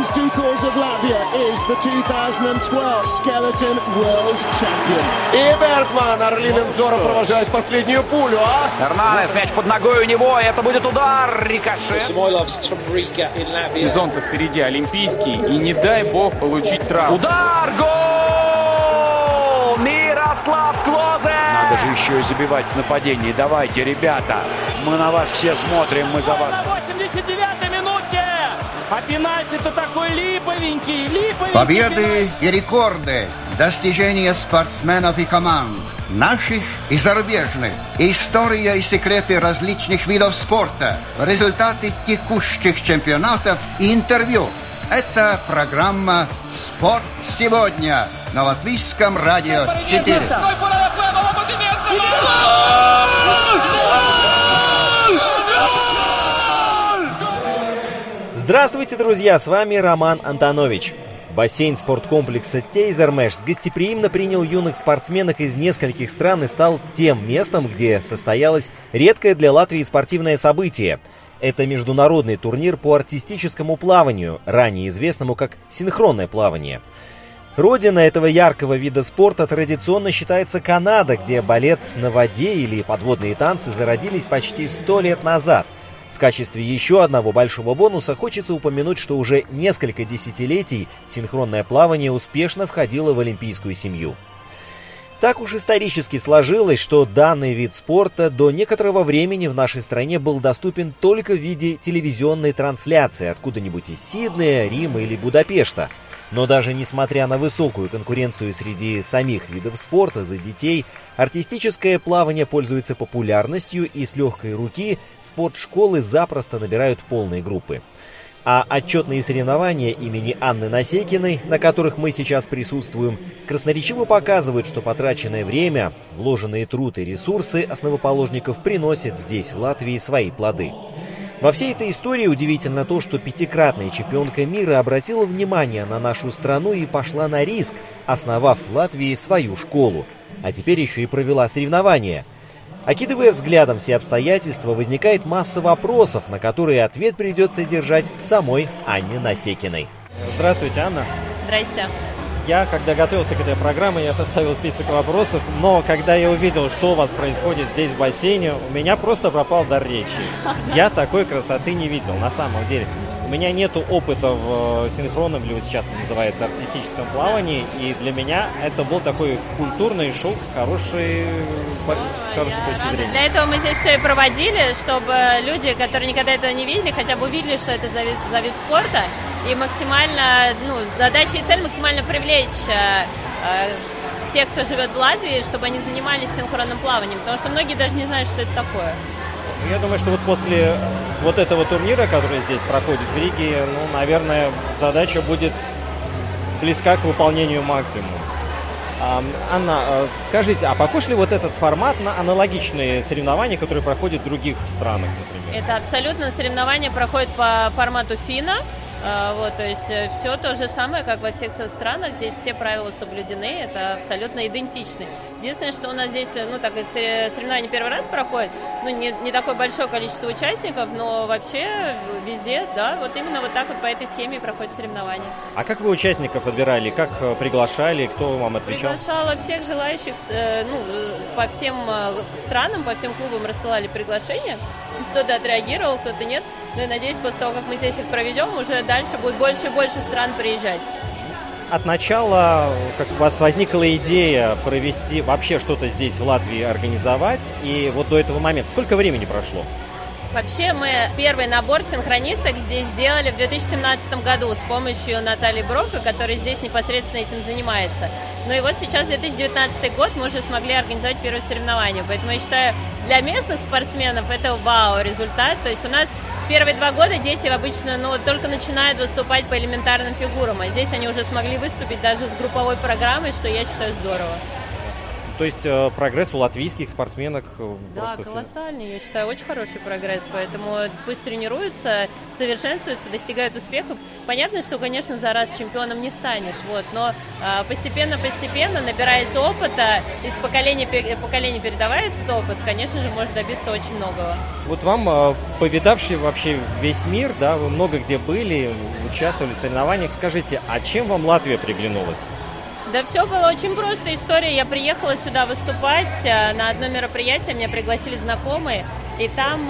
Martins Dukals of Latvia is the 2012 Skeleton World Champion. И Бергман орлиным взором провожает последнюю пулю, а? Эрнанес, мяч под ногой у него, это будет удар, рикошет. Сезон-то впереди олимпийский, и не дай бог получить травму. Удар, гол! Мирослав Клозе! Надо же еще и забивать в нападении. Давайте, ребята, мы на вас все смотрим, мы за вас. На 89-й минуте! А пенальти-то такой липовенький. Победы и рекорды, достижения спортсменов и команд, наших и зарубежных, история и секреты различных видов спорта, результаты текущих чемпионатов и интервью. Это программа «Спорт сегодня» на Латвийском радио 4. Здравствуйте, друзья! С вами Роман Антонович. Бассейн спорткомплекса Тейзермеш гостеприимно принял юных спортсменок из нескольких стран и стал тем местом, где состоялось редкое для Латвии спортивное событие. Это международный турнир по артистическому плаванию, ранее известному как синхронное плавание. Родина этого яркого вида спорта традиционно считается Канада, где балет на воде или подводные танцы зародились почти 100 лет назад. В качестве еще одного большого бонуса хочется упомянуть, что уже несколько десятилетий синхронное плавание успешно входило в олимпийскую семью. Так уж исторически сложилось, что данный вид спорта до некоторого времени в нашей стране был доступен только в виде телевизионной трансляции откуда-нибудь из Сиднея, Рима или Будапешта. Но даже несмотря на высокую конкуренцию среди самих видов спорта за детей, артистическое плавание пользуется популярностью, и с легкой руки спортшколы запросто набирают полные группы. А отчетные соревнования имени Анны Насекиной, на которых мы сейчас присутствуем, красноречиво показывают, что потраченное время, вложенные труд и ресурсы основоположников приносят здесь, в Латвии, свои плоды. Во всей этой истории удивительно то, что пятикратная чемпионка мира обратила внимание на нашу страну и пошла на риск, основав в Латвии свою школу. А теперь еще и провела соревнования. Окидывая взглядом все обстоятельства, возникает масса вопросов, на которые ответ придется держать самой Анне Насекиной. Здравствуйте, Анна. Здрасте. Я, когда готовился к этой программе, я составил список вопросов, но когда я увидел, что у вас происходит здесь в бассейне, у меня просто пропал дар речи. Я такой красоты не видел, на самом деле. У меня нету опыта в синхронном, или вот сейчас это называется, артистическом плавании, и для меня это был такой культурный шок с хорошей точки зрения. Для этого мы здесь все и проводили, чтобы люди, которые никогда этого не видели, хотя бы увидели, что это за вид спорта, и максимально, задача и цель максимально привлечь тех, кто живет в Латвии, чтобы они занимались синхронным плаванием, потому что многие даже не знают, что это такое. Я думаю, что вот после вот этого турнира, который здесь проходит в Риге, наверное, задача будет близка к выполнению максимума. Анна, скажите, а похож ли вот этот формат на аналогичные соревнования, которые проходят в других странах, например? Это абсолютно соревнования проходят по формату финна. То есть все то же самое, как во всех странах, здесь все правила соблюдены, это абсолютно идентично. Единственное, что у нас здесь, так как соревнования первый раз проходят, не такое большое количество участников, но вообще везде, да, вот именно вот так вот по этой схеме проходят соревнования. А как вы участников отбирали, как приглашали, кто вам отвечал? Приглашала всех желающих, по всем странам, по всем клубам рассылали приглашения. Кто-то отреагировал, кто-то нет. Но я надеюсь, после того, как мы здесь их проведем, уже дальше будет больше и больше стран приезжать. От начала, как у вас возникла идея провести вообще что-то здесь в Латвии организовать, и вот до этого момента сколько времени прошло? Вообще мы первый набор синхронисток здесь сделали в 2017 году с помощью Натальи Брока, которая здесь непосредственно этим занимается. Ну и вот сейчас 2019 год мы уже смогли организовать первое соревнование. Поэтому я считаю, для местных спортсменов это вау результат. То есть у нас первые 2 года дети обычно только начинают выступать по элементарным фигурам, а здесь они уже смогли выступить даже с групповой программой, что я считаю здорово. То есть прогресс у латвийских спортсменок Да, колоссальный, я считаю, очень хороший прогресс, поэтому пусть тренируются, совершенствуются, достигают успехов. Понятно, что, конечно, за раз чемпионом не станешь, но постепенно, набираясь опыта, из поколения в поколение передавая этот опыт, конечно же, можно добиться очень многого. Вот вам, повидавший вообще весь мир, да, вы много где были, участвовали в соревнованиях, скажите, а чем вам Латвия приглянулась? Да все было очень просто. История. Я приехала сюда выступать на одно мероприятие, меня пригласили знакомые, и там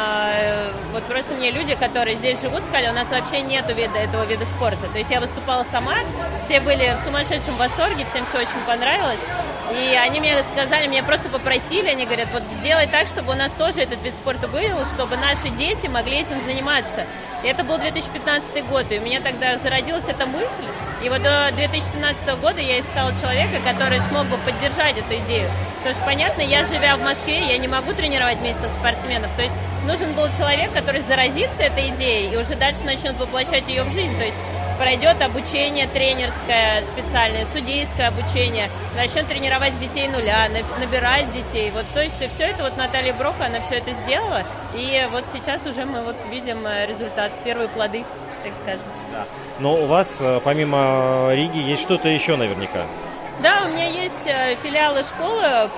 вот просто мне люди, которые здесь живут, сказали, у нас вообще нету этого вида спорта. То есть я выступала сама, все были в сумасшедшем восторге, всем все очень понравилось. И они мне сказали, меня просто попросили, они говорят, вот сделай так, чтобы у нас тоже этот вид спорта был, чтобы наши дети могли этим заниматься. И это был 2015 год, и у меня тогда зародилась эта мысль. И вот до 2017 года я искала человека, который смог бы поддержать эту идею. Потому что, понятно, я, живя в Москве, я не могу тренировать местных спортсменов. То есть нужен был человек, который заразится этой идеей и уже дальше начнет воплощать ее в жизнь. То есть пройдет обучение тренерское специальное, судейское обучение, начнет тренировать с детей нуля, набирать детей. Вот, то есть все это вот Наталья Брок, она все это сделала, и вот сейчас уже мы вот видим результат, первые плоды, так скажем. Да. Но у вас помимо Риги есть что-то еще наверняка? Да, у меня есть филиалы школы,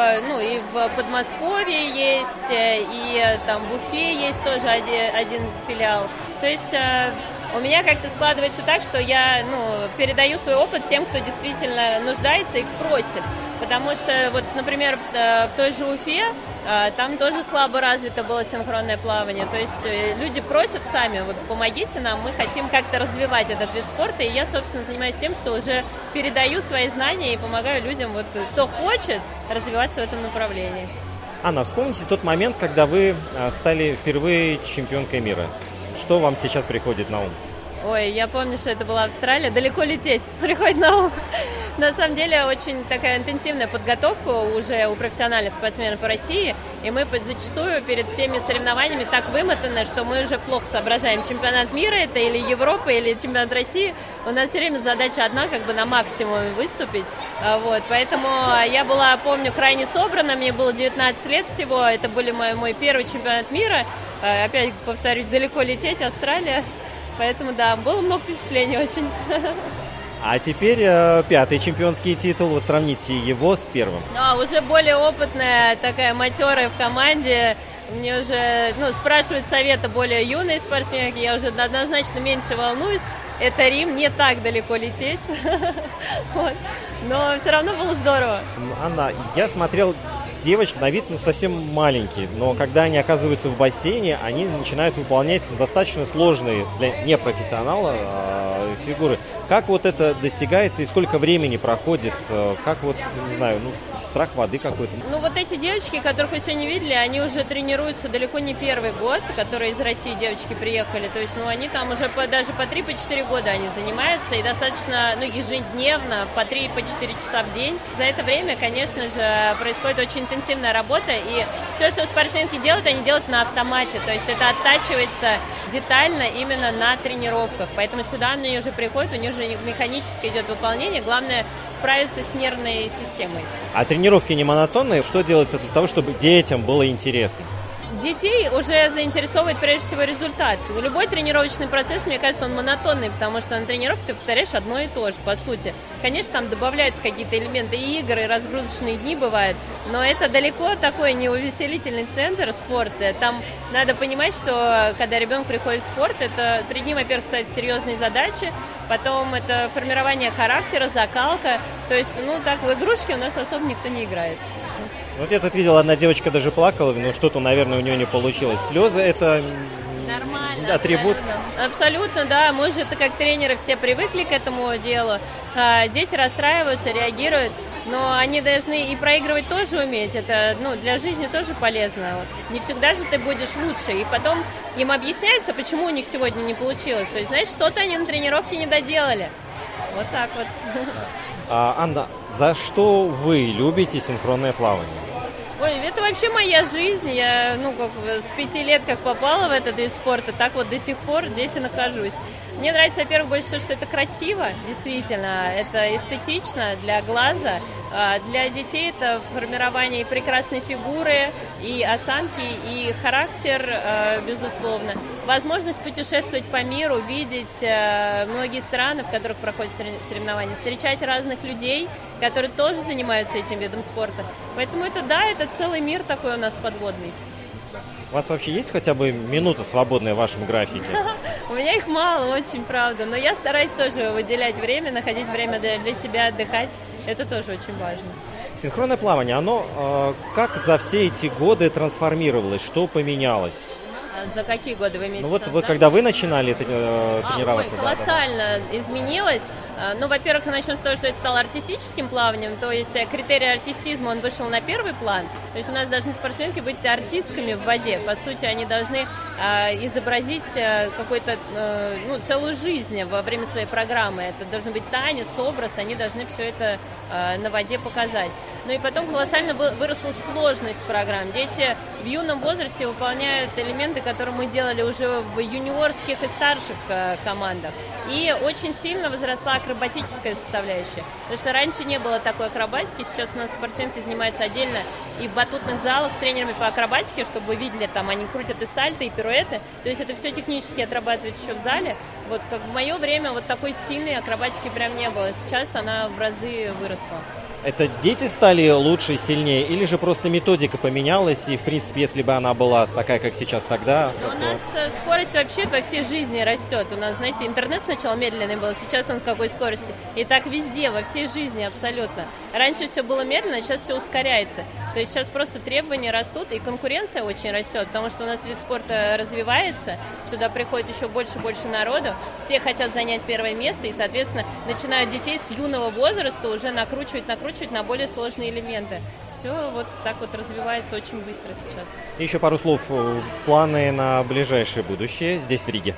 и в Подмосковье есть, и там в Уфе есть тоже один филиал. То есть у меня как-то складывается так, что я передаю свой опыт тем, кто действительно нуждается и просит. Потому что, вот, например, в той же Уфе там тоже слабо развито было синхронное плавание. То есть люди просят сами, вот помогите нам, мы хотим как-то развивать этот вид спорта. И я, собственно, занимаюсь тем, что уже передаю свои знания и помогаю людям, вот, кто хочет развиваться в этом направлении. Анна, вспомните тот момент, когда вы стали впервые чемпионкой мира. Что вам сейчас приходит на ум? Ой, я помню, что это была Австралия. Далеко лететь приходит на ум. На самом деле, очень такая интенсивная подготовка уже у профессиональных спортсменов в России. И мы зачастую перед всеми соревнованиями так вымотаны, что мы уже плохо соображаем. Чемпионат мира это или Европа, или чемпионат России. У нас все время задача одна, как бы на максимуме выступить. Вот, поэтому я была, помню, крайне собрана. Мне было 19 лет всего. Это был мой первый чемпионат мира. Опять повторюсь, далеко лететь, Австралия. Поэтому, да, было много впечатлений очень. А теперь 5-й чемпионский титул. Вот сравните его с первым. Да, уже более опытная, такая матерая в команде. Мне уже, спрашивают совета более юные спортсменки. Я уже однозначно меньше волнуюсь. Это Рим, не так далеко лететь. Вот. Но все равно было здорово. Анна, я смотрел... Девочки на вид совсем маленькие, но когда они оказываются в бассейне, они начинают выполнять достаточно сложные для непрофессионала фигуры. Как вот это достигается и сколько времени проходит? Как вот, не знаю, страх воды какой-то? Вот эти девочки, которых вы сегодня видели, они уже тренируются далеко не первый год, которые из России девочки приехали. То есть, они там уже даже по 3-4 года они занимаются и достаточно, ежедневно, по 3-4 часа в день. За это время, конечно же, происходит очень интенсивная работа, и все, что спортсменки делают, они делают на автомате. То есть это оттачивается детально именно на тренировках. Поэтому сюда они уже приходят, у них уже механически идет выполнение. Главное справиться с нервной системой. А тренировки не монотонные? Что делается для того, чтобы детям было интересно? Детей уже заинтересовывает прежде всего результат. Любой тренировочный процесс, мне кажется, он монотонный, потому что на тренировке ты повторяешь одно и то же, по сути. Конечно, там добавляются какие-то элементы игры, разгрузочные дни бывают, но это далеко такой не увеселительный центр спорта. Там надо понимать, что когда ребенок приходит в спорт, это перед ним, во-первых, стоят серьезные задачи, потом это формирование характера, закалка. То есть, так в игрушки у нас особо никто не играет. Вот я тут видел, одна девочка даже плакала, но что-то, наверное, у нее не получилось. Слезы – это нормально, атрибут? Абсолютно, да. Мы же как тренеры все привыкли к этому делу. Дети расстраиваются, реагируют, но они должны и проигрывать тоже уметь. Это для жизни тоже полезно. Не всегда же ты будешь лучше. И потом им объясняется, почему у них сегодня не получилось. То есть, знаешь, что-то они на тренировке не доделали. Вот так вот. Анна, за что вы любите синхронное плавание? Ой, это вообще моя жизнь. Я, с 5 лет как попала в этот вид спорта, так вот до сих пор здесь и нахожусь. Мне нравится, во-первых, больше всего, что это красиво, действительно, это эстетично для глаза. Для детей это формирование и прекрасной фигуры, и осанки, и характер, безусловно. Возможность путешествовать по миру, видеть многие страны, в которых проходят соревнования, встречать разных людей, которые тоже занимаются этим видом спорта. Поэтому это целый мир такой у нас подводный. У вас вообще есть хотя бы минута свободная в вашем графике? У меня их мало, очень, правда. Но я стараюсь тоже выделять время, находить время для себя, отдыхать. Это тоже очень важно. Синхронное плавание, оно как за все эти годы трансформировалось? Что поменялось? За какие годы вы имеете? Ну вот когда вы начинали тренироваться. Колоссально изменилось. Ну, во-первых, начнем с того, что это стало артистическим плаванием, то есть критерий артистизма, он вышел на первый план. То есть у нас должны спортсменки быть артистками в воде. По сути, они должны изобразить какую-то целую жизнь во время своей программы. Это должен быть танец, образ, они должны все это на воде показать. Ну и потом колоссально выросла сложность программ. Дети в юном возрасте выполняют элементы, которые мы делали уже в юниорских и старших командах. И очень сильно возросла акробатическая составляющая. Потому что раньше не было такой акробатики. Сейчас у нас спортсменки занимаются отдельно и в батутных залах с тренерами по акробатике, чтобы вы видели, там они крутят и сальто, и пируэты. То есть это все технически отрабатывается еще в зале. Вот как в мое время вот такой сильной акробатики прям не было. Сейчас она в разы выросла. Это дети стали лучше, сильнее, или же просто методика поменялась, и, в принципе, если бы она была такая, как сейчас тогда... У нас скорость вообще по всей жизни растет. У нас, знаете, интернет сначала медленный был, сейчас он в какой скорости. И так везде, во всей жизни абсолютно. Раньше все было медленно, сейчас все ускоряется. То есть сейчас просто требования растут, и конкуренция очень растет, потому что у нас вид спорта развивается, сюда приходит еще больше и больше народу, все хотят занять первое место, и, соответственно, начинают детей с юного возраста уже накручивать на более сложные элементы. Все вот так вот развивается очень быстро сейчас. И еще пару слов, планы на ближайшее будущее здесь, в Риге.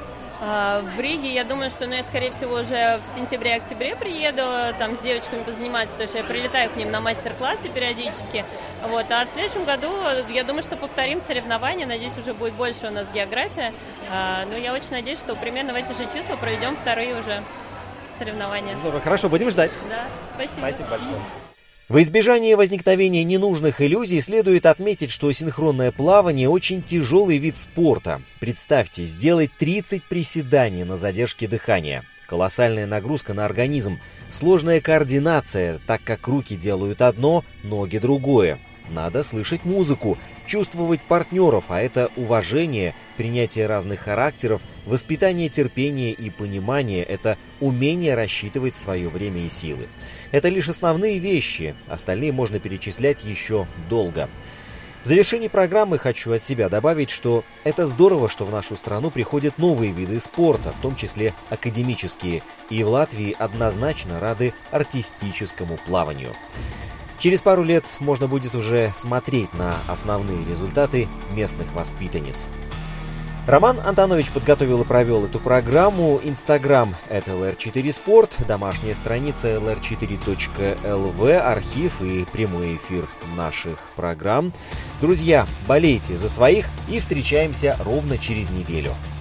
В Риге, я думаю, что я, скорее всего, уже в сентябре-октябре приеду там с девочками позаниматься, потому что я прилетаю к ним на мастер-классы периодически. Вот. А в следующем году, я думаю, что повторим соревнования, надеюсь, уже будет больше у нас география. Но я очень надеюсь, что примерно в эти же числа проведем вторые уже соревнования. Здорово, хорошо, будем ждать. Да, спасибо. Спасибо большое. В избежание возникновения ненужных иллюзий следует отметить, что синхронное плавание очень тяжелый вид спорта. Представьте, сделать 30 приседаний на задержке дыхания. Колоссальная нагрузка на организм, сложная координация, так как руки делают одно, ноги другое. Надо слышать музыку, чувствовать партнеров, а это уважение, принятие разных характеров, воспитание терпения и понимания – это умение рассчитывать свое время и силы. Это лишь основные вещи, остальные можно перечислять еще долго. В завершении программы хочу от себя добавить, что это здорово, что в нашу страну приходят новые виды спорта, в том числе академические, и в Латвии однозначно рады артистическому плаванию. Через пару лет можно будет уже смотреть на основные результаты местных воспитанниц. Роман Антонович подготовил и провел эту программу. Инстаграм — это LR4Sport, домашняя страница lr4.lv, архив и прямой эфир наших программ. Друзья, болейте за своих и встречаемся ровно через неделю.